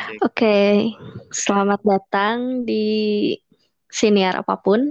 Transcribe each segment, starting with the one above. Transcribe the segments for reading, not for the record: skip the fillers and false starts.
Oke. Oke, selamat datang di siniar apapun.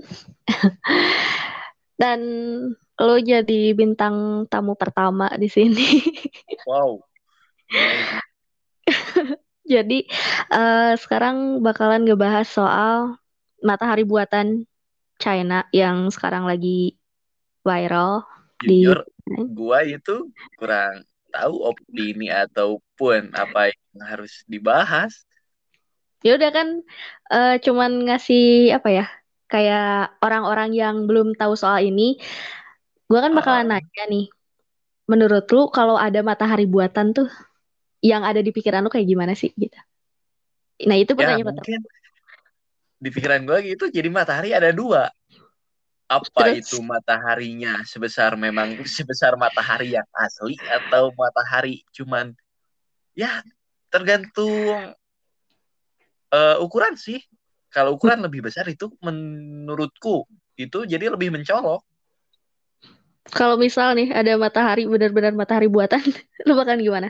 Dan lo jadi bintang tamu pertama di sini. Wow, amazing. Jadi sekarang bakalan ngebahas soal matahari buatan China yang sekarang lagi viral di. Jujur, gua itu kurang tahu opini ataupun apa yang harus dibahas. Ya udah kan, cuman ngasih apa ya? Kayak orang-orang yang belum tahu soal ini, gua kan bakalan Ah, nanya nih. Menurut lu kalau ada matahari buatan tuh yang ada di pikiran lu kayak gimana sih gitu. Nah, itu ya pertanyaan pertama. mungkin di pikiran gua gitu, jadi matahari ada dua. Apa itu Terus mataharinya sebesar matahari yang asli atau matahari cuman ya tergantung ukuran sih. Kalau ukuran lebih besar itu menurutku itu jadi lebih mencolok. kalau misal nih ada matahari benar-benar matahari buatan, lu bakal gimana?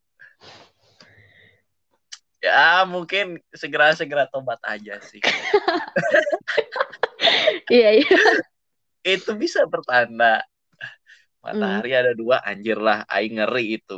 Ya mungkin segera-segera tobat aja sih. Iya, iya. Itu bisa pertanda Hmm. matahari ada dua, anjir lah, aing ngeri itu.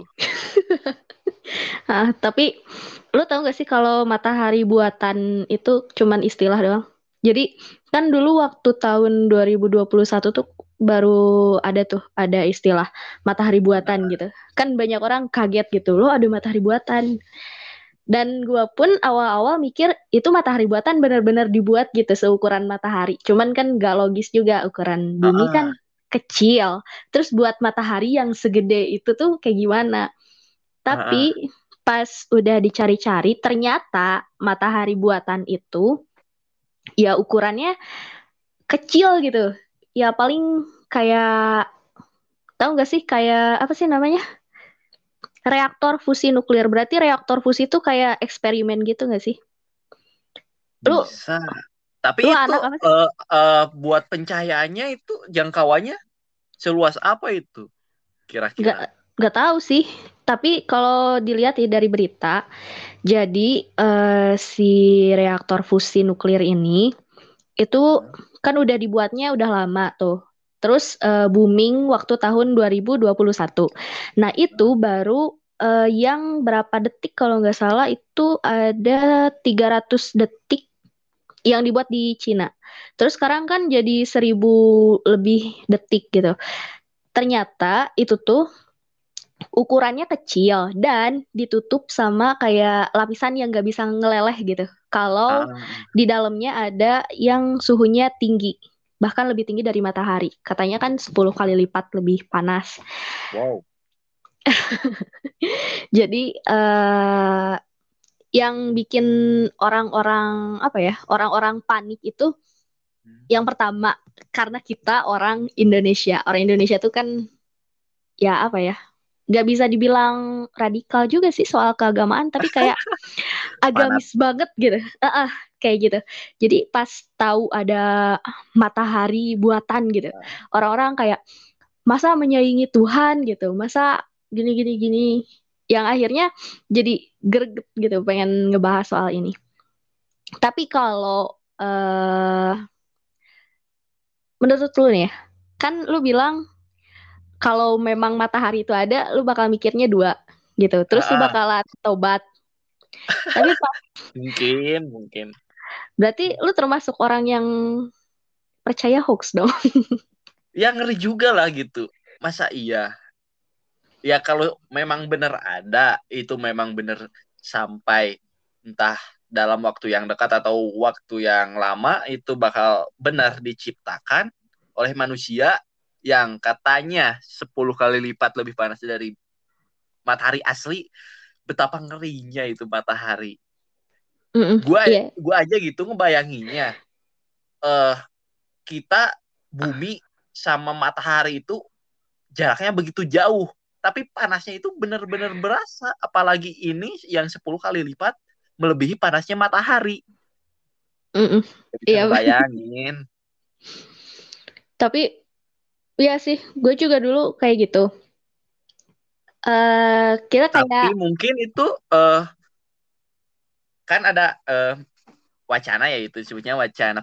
Tapi lu tahu gak sih kalau matahari buatan itu cuman istilah doang? Jadi kan dulu waktu tahun 2021 tuh baru ada istilah matahari buatan Nah, gitu. Kan banyak orang kaget gitu, loh ada matahari buatan. Dan gua pun awal-awal mikir itu matahari buatan benar-benar dibuat gitu seukuran matahari. Cuman kan gak logis juga ukuran bumi kan ah, kecil. Terus buat matahari yang segede itu tuh kayak gimana? ah, Tapi pas udah dicari-cari ternyata matahari buatan itu ya ukurannya kecil gitu. Ya paling kayak tahu gak sih kayak apa sih namanya? Reaktor fusi nuklir. Berarti reaktor fusi itu kayak eksperimen gitu gak sih? Lu bisa. Tapi lu itu anak apa sih? eh, buat pencahayaannya itu jangkauannya seluas apa itu Nggak kira-kira? nggak tahu sih. Tapi kalau dilihat ya dari berita, jadi si reaktor fusi nuklir ini itu Ah, kan udah dibuatnya udah lama tuh. Terus booming waktu tahun 2021. Nah itu ah, baru yang berapa detik kalau nggak salah itu ada 300 detik yang dibuat di Cina. Terus sekarang kan jadi 1.000 lebih detik gitu. Ternyata itu tuh ukurannya kecil dan ditutup sama kayak lapisan yang nggak bisa ngeleleh gitu. Kalau ah. di dalamnya ada yang suhunya tinggi, bahkan lebih tinggi dari matahari. Katanya kan 10 kali lipat lebih panas. Wow. Jadi yang bikin orang-orang apa ya, orang-orang panik itu Hmm. yang pertama karena kita orang Indonesia. Orang Indonesia tuh kan ya apa ya, nggak bisa dibilang radikal juga sih soal keagamaan, tapi kayak Fanat. agamis banget gitu. Kayak gitu. Jadi pas tahu ada matahari buatan gitu, orang-orang kayak masa menyaingi Tuhan gitu, masa gini gini gini. Yang akhirnya jadi greget gitu pengen ngebahas soal ini. Tapi kalau menurut lu nih ya, kan lu bilang kalau memang matahari itu ada, lu bakal mikirnya dua gitu. Terus lu Ah, ah. bakalan tobat. Tapi Mungkin. berarti lu termasuk orang yang percaya hoax dong. Ya ngeri juga lah gitu. Masa iya? Ya kalau memang benar ada, itu memang benar sampai entah dalam waktu yang dekat atau waktu yang lama itu bakal benar diciptakan oleh manusia yang katanya 10 kali lipat lebih panas dari matahari asli. Betapa ngerinya itu matahari. Mm-mm, Gua iya. gua aja gitu ngebayanginya. Eh kita bumi sama matahari itu jaraknya begitu jauh, tapi panasnya itu benar-benar berasa. Apalagi ini yang 10 kali lipat melebihi panasnya matahari. Mm-mm, Gak bisa iya. ngebayangin. Tapi iya sih, gue juga dulu kayak gitu. Kita kayak Tapi mungkin itu eh kan ada wacana ya itu sebutnya wacana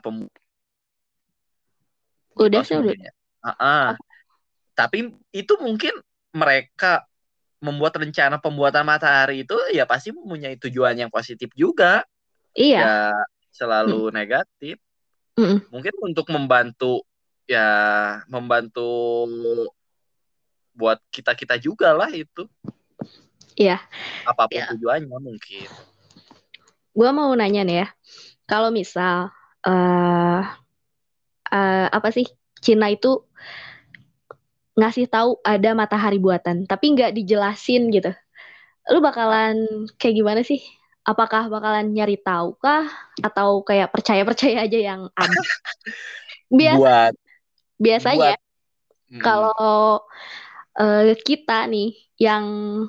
Udah mitos sih udah. mungkin ya. Tapi itu mungkin mereka membuat rencana pembuatan matahari itu ya pasti mempunyai tujuan yang positif juga, Iya. gak Mm, selalu negatif. mm, Mungkin untuk membantu ya membantu buat kita-kita juga lah itu iya. apapun Ya. tujuannya mungkin. Gua mau nanya nih ya. Kalau misal eh apa sih Cina itu ngasih tahu ada matahari buatan, tapi nggak dijelasin gitu. Lu bakalan kayak gimana sih? Apakah bakalan nyari tahu kah? Atau kayak percaya-percaya aja yang ada? Biasa, Buat biasanya buat mm, kalau kita nih yang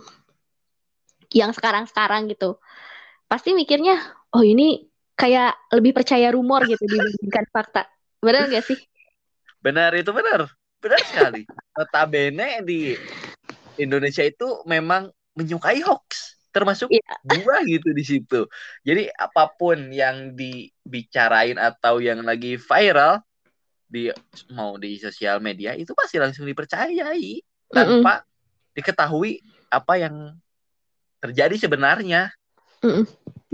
sekarang-sekarang gitu, pasti mikirnya, oh ini kayak lebih percaya rumor gitu dibandingkan fakta. Benar nggak sih? benar itu benar. Benar sekali. Notabene di Indonesia itu memang menyukai hoax, termasuk Iya. gua gitu di situ. Jadi apapun yang dibicarain atau yang lagi viral di mau di sosial media itu pasti langsung dipercayai Mm-mm. tanpa diketahui apa yang terjadi sebenarnya. Mm-mm.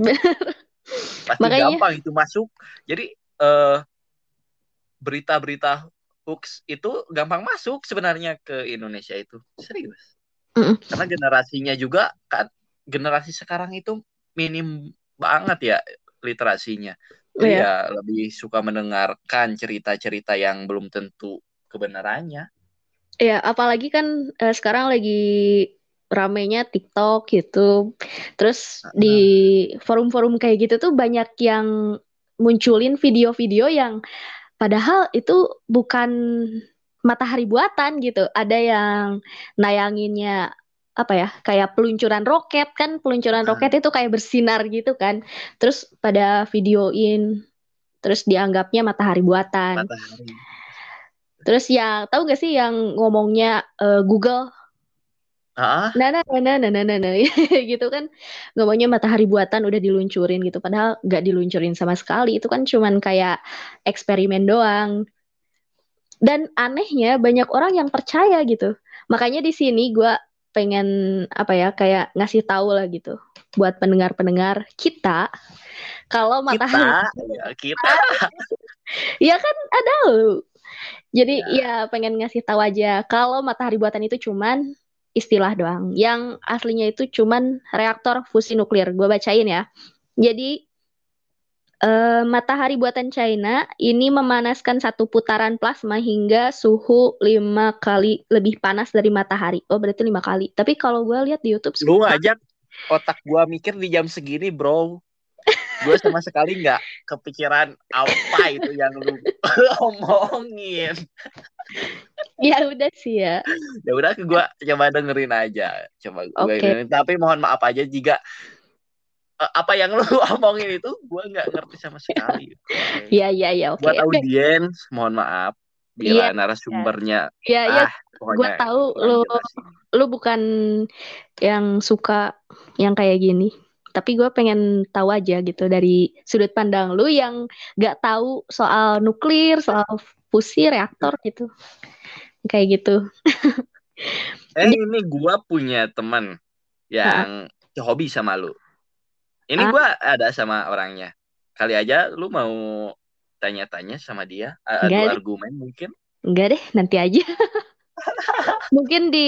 Pasti Makanya, gampang itu masuk. Jadi eh, berita-berita hoax itu gampang masuk sebenarnya ke Indonesia itu. Serius. mm-mm. Karena generasinya juga kan generasi sekarang itu minim banget ya literasinya. Jadi Iya. ya lebih suka mendengarkan cerita-cerita yang belum tentu kebenarannya. Ya, apalagi kan sekarang lagi ramenya TikTok gitu. Terus di forum-forum kayak gitu tuh banyak yang munculin video-video yang padahal itu bukan matahari buatan gitu. Ada yang nayanginnya apa ya? Kayak peluncuran roket kan, peluncuran roket itu kayak bersinar gitu kan. Terus pada videoin terus dianggapnya matahari buatan. Matahari. Terus yang tahu gak sih yang ngomongnya Google. Ah, Nah, gitu kan ngomongnya matahari buatan udah diluncurin gitu padahal nggak diluncurin sama sekali itu kan cuman kayak eksperimen doang dan anehnya banyak orang yang percaya gitu makanya di sini gue pengen apa ya kayak ngasih tahu lah gitu buat pendengar-pendengar kita kalau matahari kita ya kan ada loh jadi ya. ya pengen ngasih tahu aja kalau matahari buatan itu cuman istilah doang. Yang aslinya itu cuman reaktor fusi nuklir. Gue bacain ya. Jadi matahari buatan China ini memanaskan satu putaran plasma hingga suhu 5 kali lebih panas dari matahari. Oh berarti 5 kali. Tapi kalau gue lihat di YouTube Lu ngajak otak gua mikir di jam segini, bro. Gue sama sekali nggak kepikiran apa itu yang lu omongin. ya udah sih ya. Ya udah, gue coba dengerin aja. Coba gue Oke. dengerin. Tapi mohon maaf aja jika apa yang lu omongin itu gue nggak ngerti sama sekali. Oke. Ya oke. Buat Oke. audiens, mohon maaf Iya. bila Ya. narasumbernya Ya, gue pokoknya tahu kurang jelas ini. lu bukan yang suka yang kayak gini. Tapi gue pengen tahu aja gitu dari sudut pandang lu yang gak tahu soal nuklir, soal fusi reaktor gitu. Kayak gitu. Jadi, Ini gue punya teman ah, yang hobi sama lu. Ini ah, gue ada sama orangnya. Kali aja lu mau tanya-tanya sama dia, adu enggak deh, argumen mungkin. enggak deh, nanti aja. Mungkin di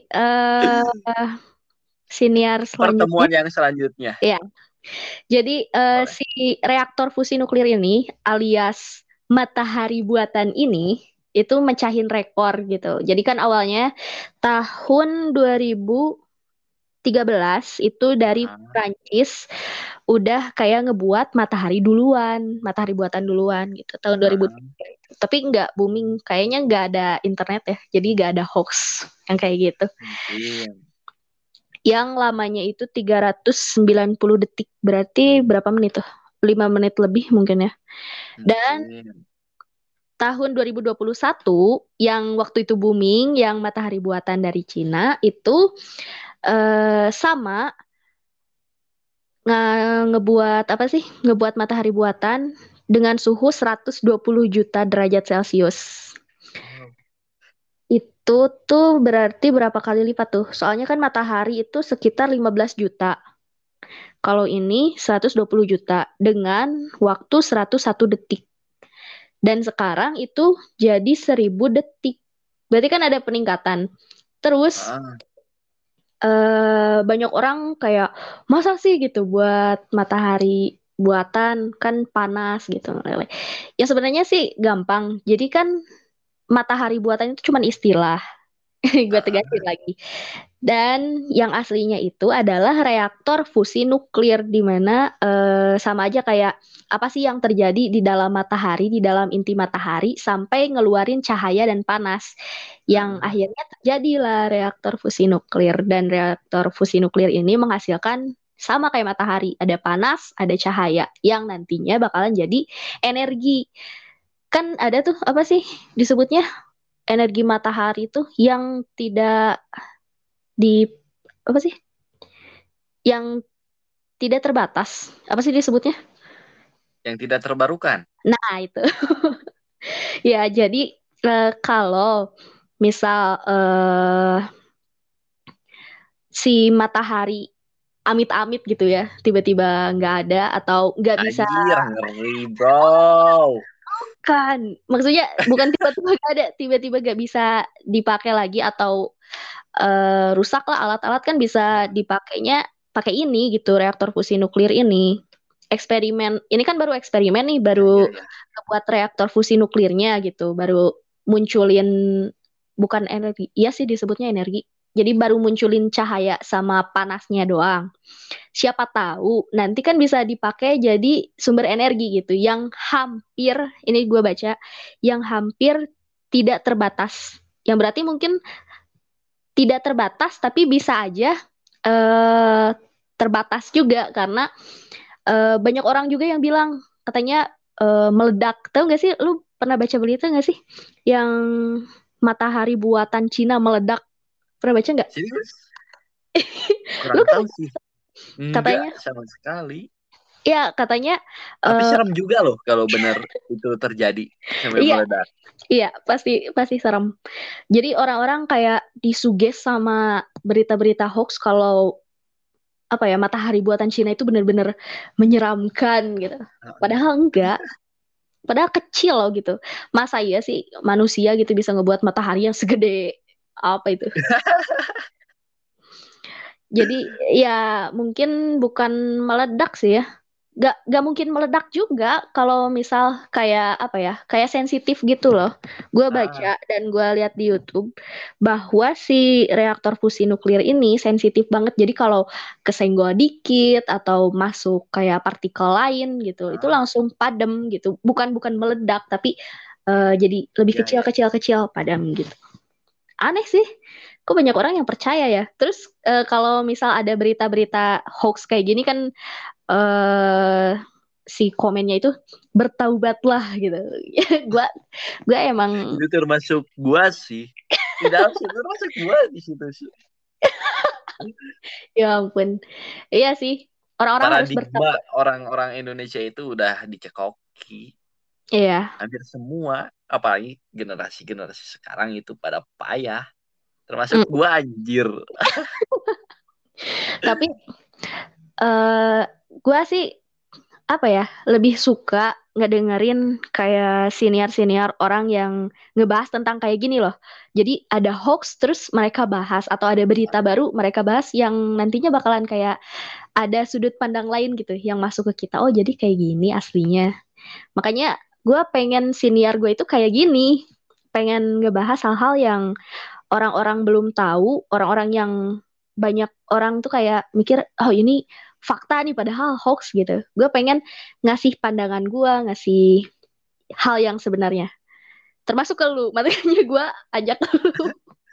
siniar selanjutnya. Pertemuan yang selanjutnya. Ya, jadi Boleh. si reaktor fusi nuklir ini alias matahari buatan ini itu mecahin rekor gitu. Jadi kan awalnya tahun 2013 itu dari Ah, Prancis udah kayak ngebuat matahari duluan, matahari buatan duluan gitu tahun 2003. ah, Tapi nggak booming, kayaknya nggak ada internet ya, jadi nggak ada hoax yang kayak gitu. mungkin. Yang lamanya itu 390 detik, berarti berapa menit tuh? 5 menit lebih mungkin ya. Dan Mungkin. tahun 2021 yang waktu itu booming, yang matahari buatan dari Cina itu sama ngebuat apa sih? Ngebuat matahari buatan dengan suhu 120 juta derajat Celcius. Wow. Itu tuh berarti berapa kali lipat tuh? Soalnya kan matahari itu sekitar 15 juta. Kalau ini 120 juta dengan waktu 101 detik. Dan sekarang itu jadi 1000 detik. Berarti kan ada peningkatan. Terus Ah, banyak orang kayak masa sih gitu buat matahari buatan kan panas gitu. Ya sebenarnya sih gampang. Jadi kan matahari buatan itu cuma istilah. Gue tegasin ah, lagi. Dan yang aslinya itu adalah reaktor fusi nuklir di mana sama aja kayak apa sih yang terjadi di dalam matahari, di dalam inti matahari sampai ngeluarin cahaya dan panas. Yang ah. akhirnya terjadilah reaktor fusi nuklir dan reaktor fusi nuklir ini menghasilkan sama kayak matahari, ada panas, ada cahaya yang nantinya bakalan jadi energi. Kan ada tuh apa sih disebutnya energi matahari itu yang tidak di apa sih yang tidak terbatas. Apa sih disebutnya? Yang tidak terbarukan. Nah, itu. Ya, jadi kalau misal si matahari amit-amit gitu ya, tiba-tiba nggak ada atau nggak bisa Anjir, ngeri, bro. kan, maksudnya bukan tiba-tiba nggak ada, tiba-tiba nggak bisa dipakai lagi atau rusak lah alat-alat kan bisa dipakainya pakai ini gitu, reaktor fusi nuklir ini. Eksperimen, ini kan baru eksperimen nih, Ya, ya, baru ya. buat reaktor fusi nuklirnya gitu, baru munculin bukan energi, iya sih disebutnya energi. Jadi baru munculin cahaya sama panasnya doang. Siapa tahu nanti kan bisa dipakai jadi sumber energi gitu, yang hampir, ini gue baca, yang hampir tidak terbatas. Yang berarti mungkin tidak terbatas, tapi bisa aja eh, terbatas juga karena banyak orang juga yang bilang katanya meledak. Tahu nggak sih? Lu pernah baca berita nggak sih? Yang matahari buatan Cina meledak. Pernah baca nggak? Serius? Lu Kurang kan tahu sih. Enggak katanya, sama sekali. ya katanya, Tapi eh, serem juga loh kalau benar itu terjadi sampai iya, meledak. iya pasti pasti serem. Jadi orang-orang kayak disuges sama berita-berita hoax kalau apa ya matahari buatan Cina itu benar-benar menyeramkan gitu. Padahal enggak. Padahal kecil loh gitu. Masa iya sih manusia gitu bisa ngebuat matahari yang segede apa itu? Jadi ya mungkin bukan meledak sih ya. Gak mungkin meledak juga kalau misal kayak apa ya, kayak sensitif gitu loh. Gue baca Ah, dan gue lihat di YouTube bahwa si reaktor fusi nuklir ini sensitif banget. Jadi kalau kesenggol dikit atau masuk kayak partikel lain gitu, itu ah, langsung padam gitu. Bukan bukan meledak tapi jadi lebih ya, kecil ya, kecil kecil padam gitu. Aneh sih. Kok banyak orang yang percaya ya? Terus kalau misal ada berita-berita hoax kayak gini kan eh si komennya itu bertaubatlah gitu. Gua gua emang itu termasuk gua sih. Tidak sih, termasuk gua di situ sih. ya ampun. Iya sih. Orang-orang harus Paradigma bertaubat. orang-orang Indonesia itu udah dicekoki. Iya. Hampir semua, apalagi generasi-generasi sekarang itu pada payah. Termasuk Mm. gua anjir. Tapi eh gua sih apa ya lebih suka ngedengerin kayak senior-senior orang yang ngebahas tentang kayak gini loh. Jadi ada hoax terus mereka bahas atau ada berita baru mereka bahas yang nantinya bakalan kayak ada sudut pandang lain gitu yang masuk ke kita. Oh, jadi kayak gini aslinya. Makanya gue pengen senior gue itu kayak gini. Pengen ngebahas hal-hal yang orang-orang belum tahu, orang-orang yang banyak orang tuh kayak mikir, oh ini fakta nih padahal hoax gitu. Gue pengen ngasih pandangan gue, ngasih hal yang sebenarnya. Termasuk ke lu, makanya gue ajak lu.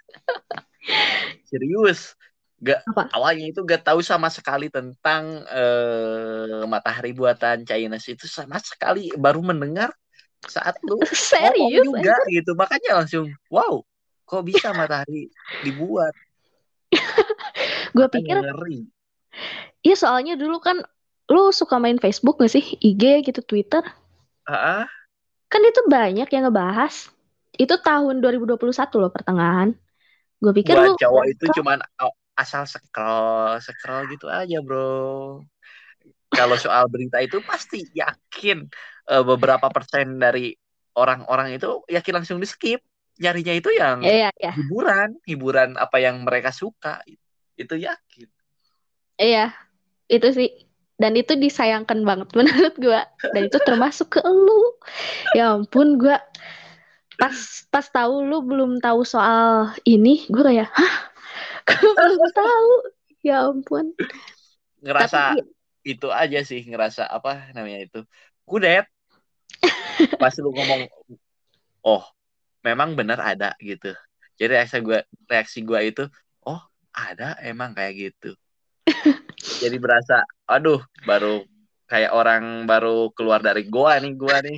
Serius. Gak, Apa? awalnya itu gak tahu sama sekali tentang matahari buatan Chinese itu sama sekali baru mendengar saat lu ngomong Serius juga aja. gitu. Makanya langsung, wow, kok bisa matahari dibuat? Gue Makanya pikir, ngeri. iya soalnya dulu kan lu suka main Facebook gak sih? IG gitu, Twitter? Ah, Kan itu banyak yang ngebahas. Itu tahun 2021 loh pertengahan. Gue pikir buat lu cowok itu suka. cuman asal scroll, scroll gitu aja, bro. Kalau soal berita itu pasti yakin beberapa persen dari orang-orang itu yakin langsung di skip. Nyarinya itu yang Iya, iya. hiburan, hiburan apa yang mereka suka. Itu yakin. Iya, itu sih. Dan itu disayangkan banget menurut gue. Dan itu termasuk ke lu. Ya ampun, gue pas pas tahu lu belum tahu soal ini, gue kayak, hah, gue belum tahu. Ya ampun. Ngerasa Tapi itu aja sih, ngerasa apa namanya itu. Kudet. Pas lu ngomong, oh memang benar ada gitu. Jadi reaksi gua itu, oh ada emang kayak gitu. Jadi berasa, aduh, baru kayak orang baru keluar dari gua nih.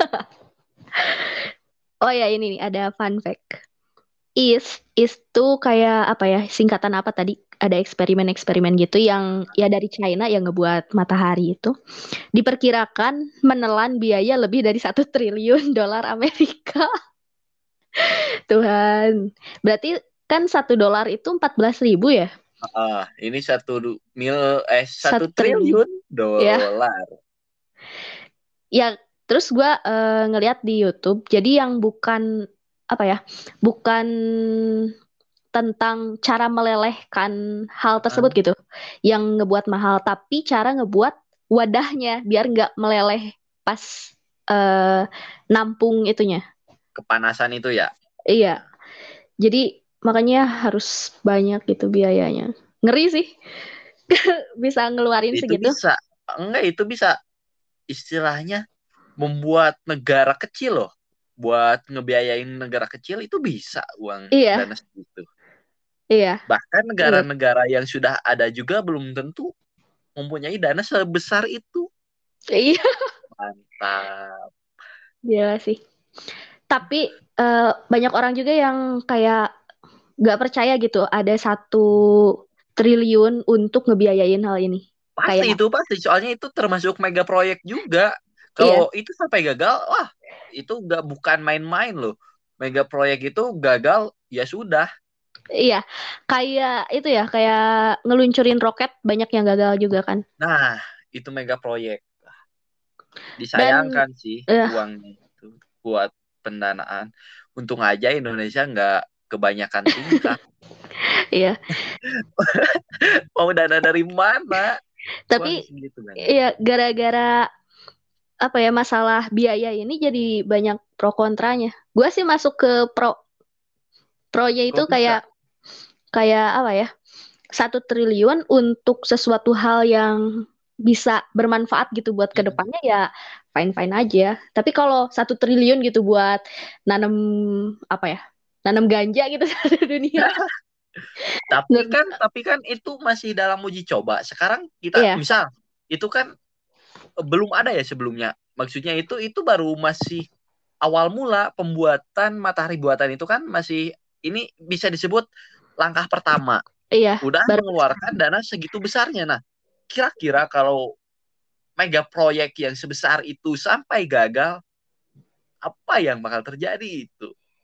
oh ya ini nih ada fun fact. Is tuh kayak apa ya, singkatan apa tadi? Ada eksperimen-eksperimen gitu yang ya dari China yang ngebuat matahari itu. Diperkirakan menelan biaya lebih dari 1 triliun dolar Amerika. Tuhan. Berarti kan 1 dolar itu 14.000 ya? Ini satu 1 triliun. triliun Ya, dolar. ya terus gue ngeliat di YouTube. Jadi yang bukan apa ya, bukan tentang cara melelehkan hal tersebut Ah, gitu, yang ngebuat mahal, tapi cara ngebuat wadahnya biar nggak meleleh pas eh, nampung itunya. kepanasan itu ya. Iya, jadi makanya harus banyak gitu biayanya. Ngeri sih, bisa ngeluarin Itu segitu. bisa, enggak itu bisa istilahnya membuat negara kecil loh. Buat ngebiayain negara kecil itu bisa uang Iya, dana segitu. iya, Bahkan betul. negara-negara yang sudah ada juga belum tentu mempunyai dana sebesar itu. Iya, Mantap. gila sih. Tapi banyak orang juga yang kayak nggak percaya gitu ada 1 triliun untuk ngebiayain hal ini. Pasti Kayak, itu pasti. Soalnya itu termasuk mega proyek juga. iya, Kalau itu sampai gagal, wah itu nggak bukan main-main loh. Mega proyek itu gagal, ya sudah. iya, kayak itu ya, kayak ngeluncurin roket banyak yang gagal juga kan. Nah, itu mega proyek. Dan Disayangkan sih eh uangnya itu buat pendanaan. Untung aja Indonesia nggak kebanyakan tingkah. iya, Mau dana dari mana? Uang tapi segitu kan. ya gara-gara apa ya, masalah biaya ini jadi banyak pro kontranya. Gue sih masuk ke pronya itu Kok bisa? kayak kayak apa ya? 1 triliun untuk sesuatu hal yang bisa bermanfaat gitu buat Hmm. kedepannya ya fine-fine aja. Tapi kalau 1 triliun gitu buat nanam apa ya? Nanam ganja gitu satu dunia. Tapi Menurut kan, tapi kan itu masih dalam uji coba. Sekarang kita iya, misal itu kan belum ada ya sebelumnya. Maksudnya itu baru masih awal mula pembuatan matahari buatan itu kan masih ini bisa disebut langkah pertama. iya, Udah baru mengeluarkan dana segitu besarnya. Nah, kira-kira kalau mega proyek yang sebesar itu sampai gagal, apa yang bakal terjadi itu?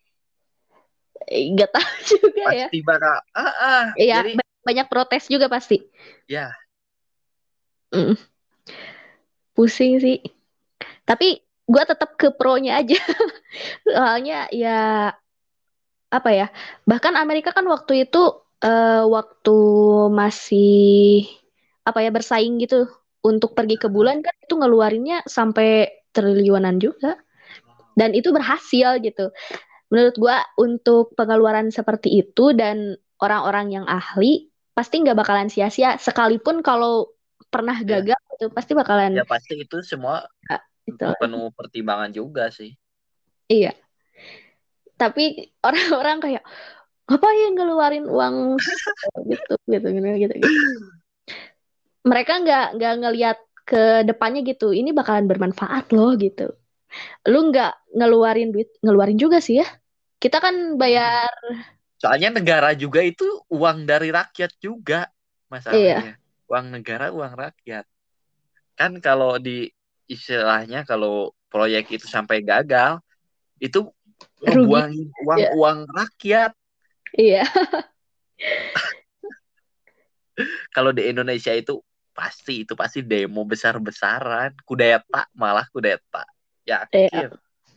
nggak tahu juga ya. Pasti bakal Iya, jadi banyak protes juga pasti. ya Mm, pusing sih. Tapi gue tetap ke pro-nya aja. Soalnya ya apa ya? Bahkan Amerika kan waktu itu waktu masih apa ya, bersaing gitu untuk pergi ke bulan kan itu ngeluarinnya sampai triliunan juga. Dan itu berhasil gitu. Menurut gua untuk pengeluaran seperti itu dan orang-orang yang ahli pasti nggak bakalan sia-sia. Sekalipun kalau pernah ya gagal itu pasti bakalan ya pasti itu semua itu lagi. penuh pertimbangan juga sih. Iya. Tapi orang-orang kayak ngapain ngeluarin uang gitu gitu gitu gitu gitu. Mereka nggak ngelihat ke depannya gitu. Ini bakalan bermanfaat loh gitu. Lu nggak ngeluarin duit, ngeluarin juga sih ya. Kita kan bayar, Soalnya negara juga itu uang dari rakyat juga iya, masalahnya. Uang negara, uang rakyat. Kan kalau di istilahnya kalau proyek itu sampai gagal, itu Rugi. ngebuangin Ya, uang-uang rakyat. iya. Kalau di Indonesia itu pasti demo besar-besaran, kudeta malah kudeta. Iya. Yakin.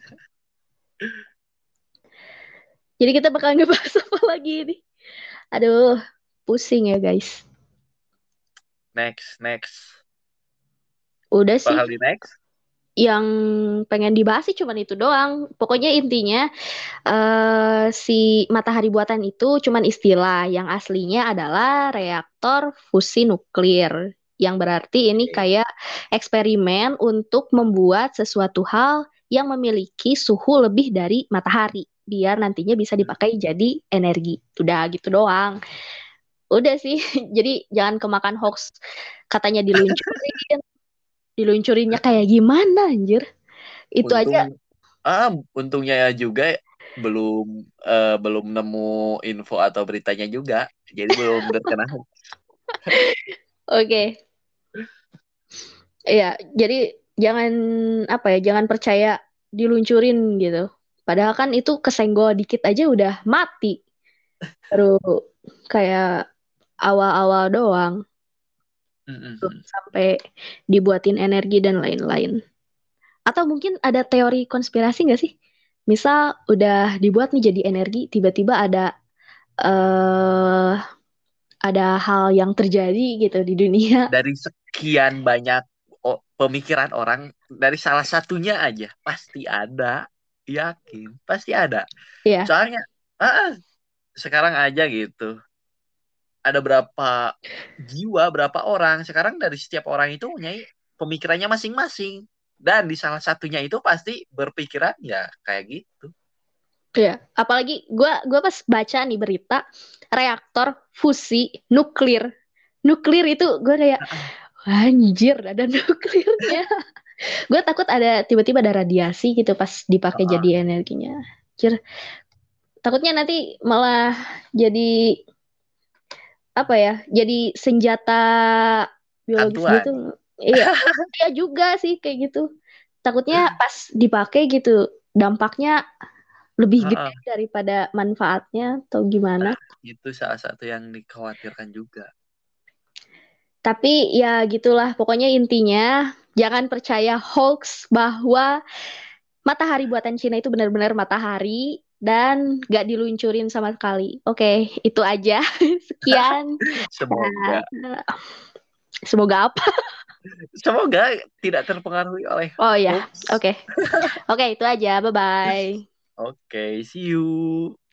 Jadi kita bakal ngebahas apa lagi ini? Aduh, pusing ya guys. Next, next. Udah sih, Bakal di next. yang pengen dibahas sih cuman itu doang. Pokoknya intinya si matahari buatan itu cuman istilah. Yang aslinya adalah reaktor fusi nuklir. Yang berarti ini Oke. kayak eksperimen untuk membuat sesuatu hal yang memiliki suhu lebih dari matahari. Biar nantinya bisa dipakai jadi energi. Udah gitu doang. Udah sih, jadi jangan kemakan hoax katanya diluncurin. Diluncurinnya kayak gimana anjir? Itu aja. Untung, untungnya ya juga belum belum nemu info atau beritanya juga, jadi belum terkena. Oke. Iya, jadi jangan apa ya, jangan percaya diluncurin gitu. Padahal kan itu kesenggol dikit aja udah mati. Baru kayak awal-awal doang, belum Mm-mm. sampai dibuatin energi dan lain-lain. Atau mungkin ada teori konspirasi nggak sih? Misal udah dibuat nih jadi energi, tiba-tiba eh ada hal yang terjadi gitu di dunia. Dari sekian banyak pemikiran orang, dari salah satunya aja pasti ada, yakin pasti ada. Iya, Soalnya sekarang aja gitu, ada berapa jiwa, berapa orang sekarang, dari setiap orang itu punya pemikirannya masing-masing, dan di salah satunya itu pasti berpikiran ya kayak gitu. iya. Apalagi gua pas baca nih berita reaktor fusi nuklir. Nuklir itu gue kayak anjir ada nuklirnya. Gue takut ada tiba-tiba ada radiasi gitu pas dipakai jadi Heeh. energinya. Anjir, takutnya nanti malah jadi apa ya? Jadi senjata biologis Hantuan. gitu. Iya, iya juga sih kayak gitu. Takutnya pas dipakai gitu dampaknya lebih gede Heeh. daripada manfaatnya atau gimana. Itu salah satu yang dikhawatirkan juga. Tapi ya gitulah, pokoknya intinya jangan percaya hoax bahwa matahari buatan Cina itu benar-benar matahari dan gak diluncurin sama sekali. Oke, itu aja. Sekian. Semoga, Semoga apa? semoga tidak terpengaruhi oleh Oh ya, hoax. oke. Oke, itu aja. Bye-bye. Oke, see you.